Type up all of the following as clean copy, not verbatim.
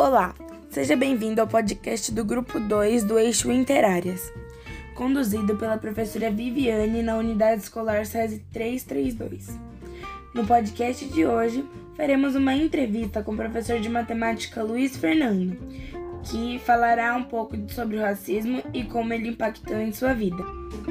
Olá, seja bem-vindo ao podcast do Grupo 2 do Eixo Interáreas, conduzido pela professora Viviane na Unidade Escolar SESI 332. No podcast de hoje, faremos uma entrevista com o professor de matemática Luiz Fernando, que falará um pouco sobre o racismo e como ele impactou em sua vida.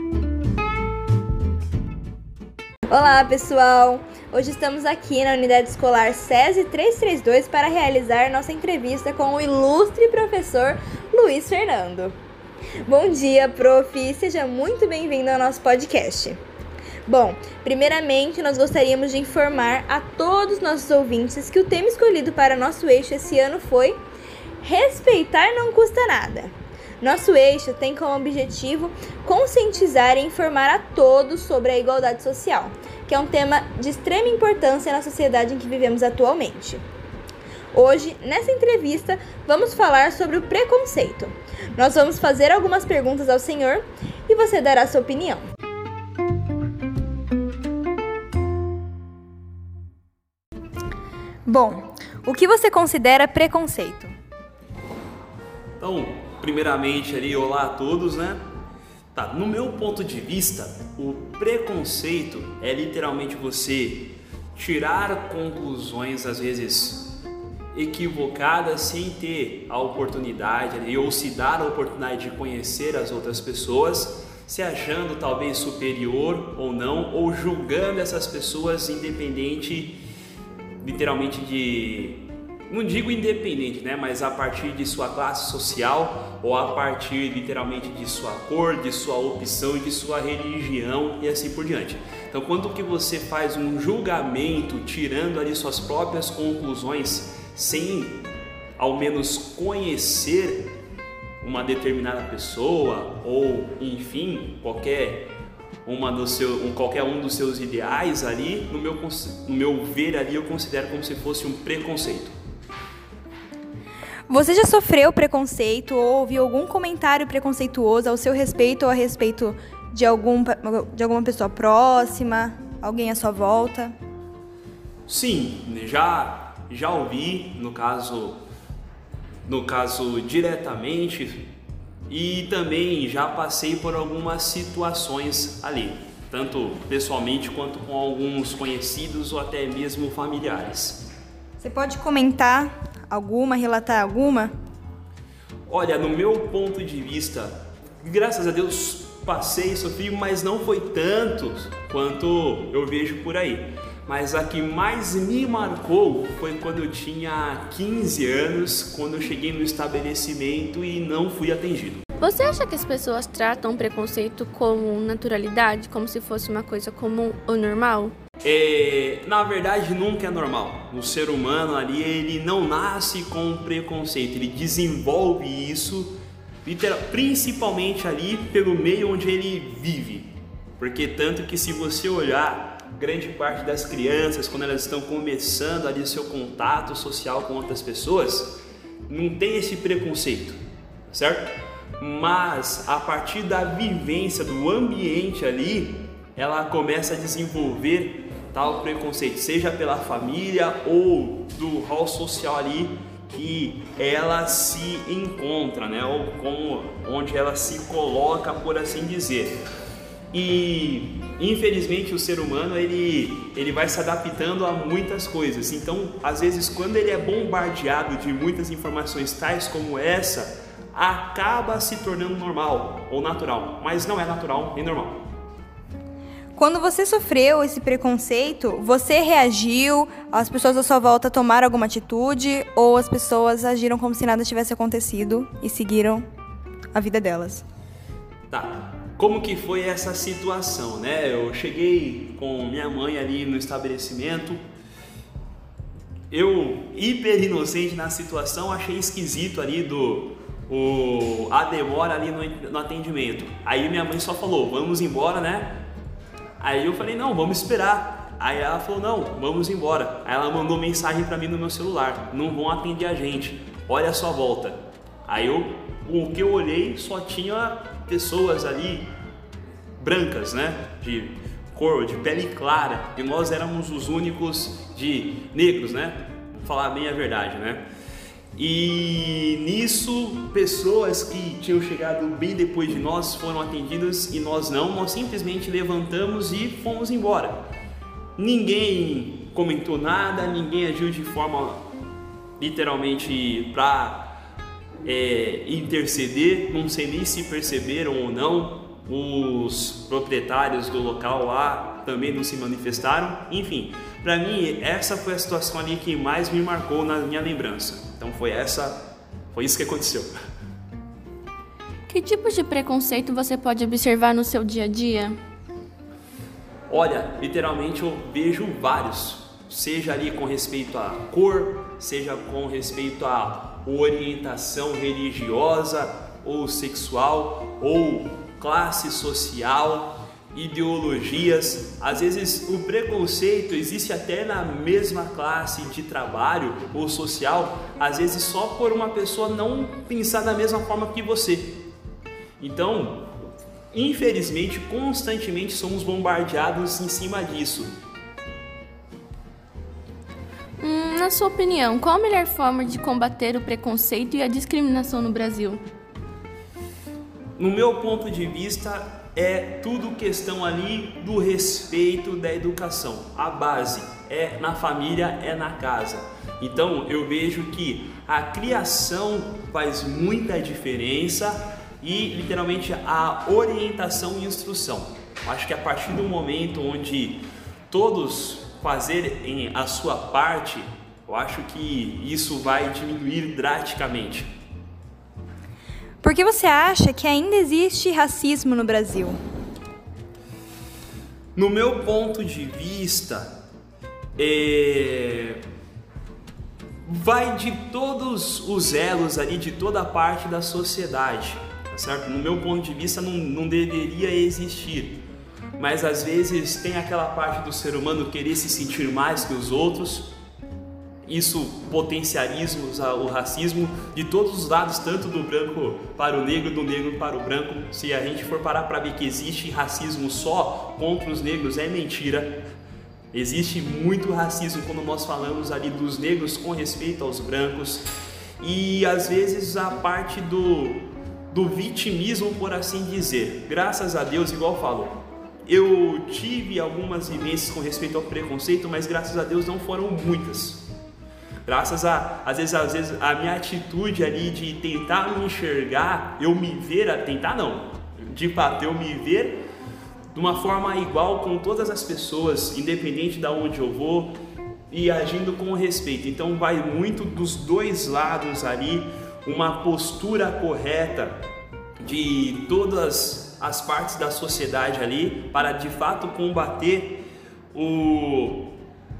Olá, pessoal! Hoje estamos aqui na Unidade Escolar SESI 332 para realizar nossa entrevista com o ilustre professor Luiz Fernando. Bom dia, prof! Seja muito bem-vindo ao nosso podcast. Bom, primeiramente nós gostaríamos de informar a todos os nossos ouvintes que o tema escolhido para nosso eixo esse ano foi Respeitar não custa nada. Nosso eixo tem como objetivo conscientizar e informar a todos sobre a igualdade social, que é um tema de extrema importância na sociedade em que vivemos atualmente. Hoje, nessa entrevista, vamos falar sobre o preconceito. Nós vamos fazer algumas perguntas ao senhor e você dará sua opinião. Bom, o que você considera preconceito? Então, primeiramente ali, olá a todos, né? Tá, no meu ponto de vista, o preconceito é literalmente você tirar conclusões, às vezes, equivocadas, sem ter a oportunidade ali, ou se dar a oportunidade de conhecer as outras pessoas, se achando talvez superior ou não, ou julgando essas pessoas independente, literalmente não digo independente, né? Mas a partir de sua classe social ou a partir literalmente de sua cor, de sua opção, de sua religião e assim por diante. Então, quando que você faz um julgamento tirando ali suas próprias conclusões sem ao menos conhecer uma determinada pessoa ou enfim, qualquer um dos seus ideais ali, no meu ver ali eu considero como se fosse um preconceito. Você já sofreu preconceito ou ouviu algum comentário preconceituoso ao seu respeito ou a respeito de alguma pessoa próxima, alguém à sua volta? Sim, já ouvi, no caso diretamente, e também já passei por algumas situações ali, tanto pessoalmente quanto com alguns conhecidos ou até mesmo familiares. Você pode comentar relatar alguma? Olha, no meu ponto de vista, graças a Deus passei, sofri, mas não foi tanto quanto eu vejo por aí. Mas a que mais me marcou foi quando eu tinha 15 anos, quando eu cheguei no estabelecimento e não fui atendido. Você acha que as pessoas tratam o preconceito como naturalidade, como se fosse uma coisa comum ou normal? Na verdade, nunca é normal. O ser humano ali, ele não nasce com preconceito, ele desenvolve isso, principalmente ali pelo meio onde ele vive. Porque tanto que se você olhar, grande parte das crianças, quando elas estão começando ali seu contato social com outras pessoas, não tem esse preconceito, certo? Mas a partir da vivência, do ambiente ali, ela começa a desenvolver tal preconceito, seja pela família ou do rol social ali que ela se encontra, né? Ou onde ela se coloca, por assim dizer. E infelizmente o ser humano ele vai se adaptando a muitas coisas. Então, às vezes, quando ele é bombardeado de muitas informações tais como essa, acaba se tornando normal ou natural, mas não é natural nem normal. Quando você sofreu esse preconceito, você reagiu? As pessoas à sua volta tomaram alguma atitude? Ou as pessoas agiram como se nada tivesse acontecido e seguiram a vida delas? Tá, como que foi essa situação, né? Eu cheguei com minha mãe ali no estabelecimento. Eu, hiper inocente na situação, achei esquisito ali a demora ali no atendimento. Aí minha mãe só falou, vamos embora, né? Aí eu falei, não, vamos esperar. Aí ela falou, não, vamos embora. Aí ela mandou mensagem pra mim no meu celular, não vão atender a gente, olha a sua volta. Aí o que eu olhei só tinha pessoas ali brancas, né, de cor, de pele clara, e nós éramos os únicos de negros, né, vou falar bem a verdade, né. E nisso, pessoas que tinham chegado bem depois de nós foram atendidas e nós não. Nós simplesmente levantamos e fomos embora. Ninguém comentou nada, ninguém agiu de forma literalmente para interceder. Não sei nem se perceberam ou não. Os proprietários do local lá também não se manifestaram. Enfim, para mim essa foi a situação ali que mais me marcou na minha lembrança. Então foi isso que aconteceu. Que tipos de preconceito você pode observar no seu dia a dia? Olha, literalmente eu vejo vários, seja ali com respeito à cor, seja com respeito à orientação religiosa ou sexual, ou classe social, ideologias. Às vezes o preconceito existe até na mesma classe de trabalho ou social, às vezes só por uma pessoa não pensar da mesma forma que você. Então, infelizmente, constantemente somos bombardeados em cima disso. Na sua opinião, qual a melhor forma de combater o preconceito e a discriminação no Brasil? No meu ponto de vista, é tudo questão ali do respeito da educação. A base é na família, é na casa. Então eu vejo que a criação faz muita diferença e literalmente a orientação e instrução. Acho que a partir do momento onde todos fazerem a sua parte, eu acho que isso vai diminuir drasticamente. Por que você acha que ainda existe racismo no Brasil? No meu ponto de vista, vai de todos os elos ali, de toda a parte da sociedade, tá certo? No meu ponto de vista não deveria existir, mas às vezes tem aquela parte do ser humano querer se sentir mais que os outros. Isso potencializa o racismo de todos os lados, tanto do branco para o negro, do negro para o branco. Se a gente for parar para ver que existe racismo só contra os negros, é mentira. Existe muito racismo quando nós falamos ali dos negros com respeito aos brancos. E às vezes a parte do vitimismo, por assim dizer. Graças a Deus, igual eu falo, eu tive algumas vivências com respeito ao preconceito, mas graças a Deus não foram muitas. Graças às vezes a minha atitude ali de tentar me enxergar, eu me ver, de fato eu me ver de uma forma igual com todas as pessoas, independente de onde eu vou, e agindo com respeito. Então vai muito dos dois lados ali, uma postura correta de todas as partes da sociedade ali, para de fato combater o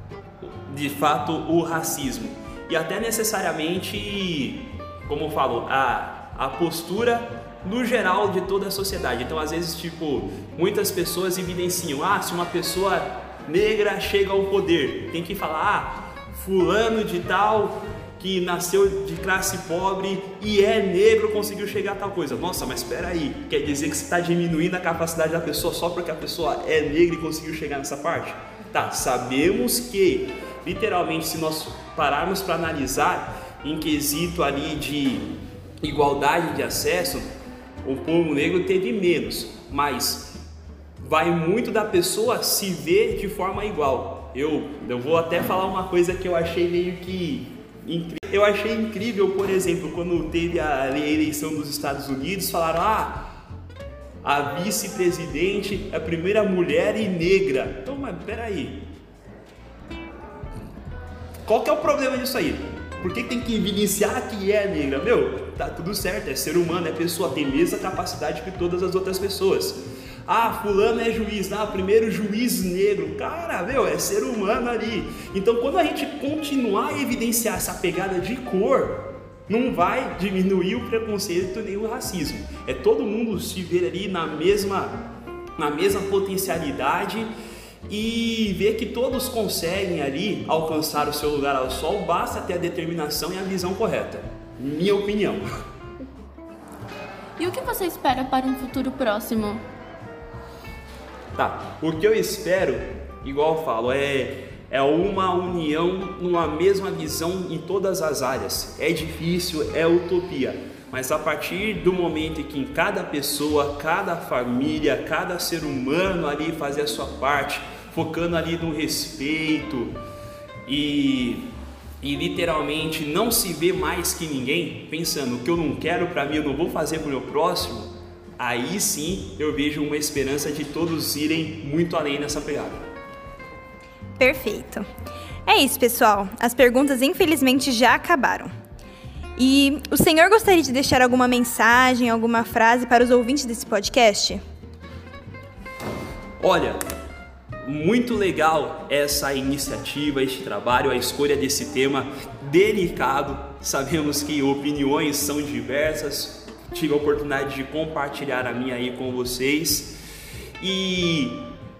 racismo. E até necessariamente, como eu falo, a postura no geral de toda a sociedade. Então às vezes muitas pessoas evidenciam, se uma pessoa negra chega ao poder, tem que falar, fulano de tal que nasceu de classe pobre e é negro conseguiu chegar a tal coisa. Nossa, mas espera aí, quer dizer que você está diminuindo a capacidade da pessoa só porque a pessoa é negra e conseguiu chegar nessa parte? Tá, sabemos que literalmente, se nós pararmos para analisar em quesito ali de igualdade de acesso, o povo negro teve menos, mas vai muito da pessoa se ver de forma igual. Eu vou até falar uma coisa que eu achei meio que incrível. Eu achei incrível, por exemplo, quando teve a eleição dos Estados Unidos, falaram, a vice-presidente é a primeira mulher e negra. Então, mas peraí. Qual que é o problema disso aí? Por que tem que evidenciar que é negra? Tá tudo certo, é ser humano, é pessoa, tem a mesma capacidade que todas as outras pessoas. Fulano é juiz, primeiro juiz negro. Cara, é ser humano ali. Então quando a gente continuar a evidenciar essa pegada de cor, não vai diminuir o preconceito nem o racismo. É todo mundo se ver ali na mesma potencialidade e ver que todos conseguem ali alcançar o seu lugar ao sol, basta ter a determinação e a visão correta. Minha opinião. E o que você espera para um futuro próximo? Tá, o que eu espero, igual eu falo, é é uma união numa mesma visão em todas as áreas. É difícil, é utopia, mas a partir do momento em que cada pessoa, cada família, cada ser humano ali fazer a sua parte, focando ali no respeito e literalmente não se vê mais que ninguém, pensando o que eu não quero para mim, eu não vou fazer para o meu próximo, aí sim eu vejo uma esperança de todos irem muito além nessa pegada. Perfeito. É isso, pessoal. As perguntas, infelizmente, já acabaram. E o senhor gostaria de deixar alguma mensagem, alguma frase para os ouvintes desse podcast? Olha, muito legal essa iniciativa, este trabalho, a escolha desse tema delicado. Sabemos que opiniões são diversas. Tive a oportunidade de compartilhar a minha aí com vocês. E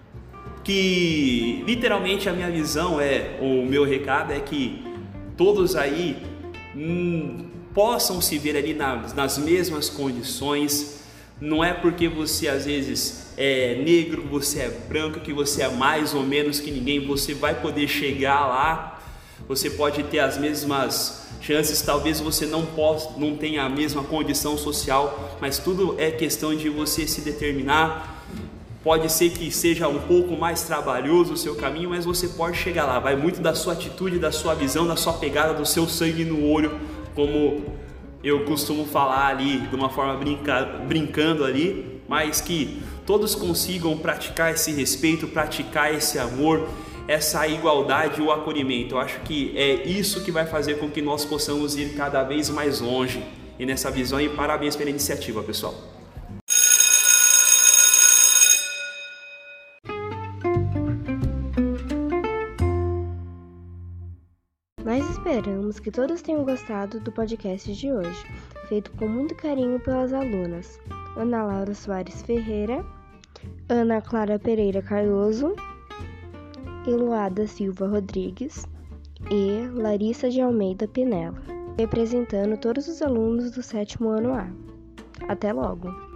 que literalmente a minha visão o meu recado é que todos aí possam se ver ali nas mesmas condições. Não é porque você às vezes é negro, você é branco, que você é mais ou menos que ninguém, você vai poder chegar lá, você pode ter as mesmas chances, talvez você não tenha a mesma condição social, mas tudo é questão de você se determinar. Pode ser que seja um pouco mais trabalhoso o seu caminho, mas você pode chegar lá. Vai muito da sua atitude, da sua visão, da sua pegada, do seu sangue no olho, como eu costumo falar ali, de uma forma brincando ali, mas que todos consigam praticar esse respeito, praticar esse amor, essa igualdade e o acolhimento. Eu acho que é isso que vai fazer com que nós possamos ir cada vez mais longe e nessa visão. E parabéns pela iniciativa, pessoal. Nós esperamos que todos tenham gostado do podcast de hoje, feito com muito carinho pelas alunas Ana Laura Soares Ferreira, Ana Clara Pereira Cardoso, Eloada Silva Rodrigues e Larissa de Almeida Pinella, representando todos os alunos do 7º ano A. Até logo!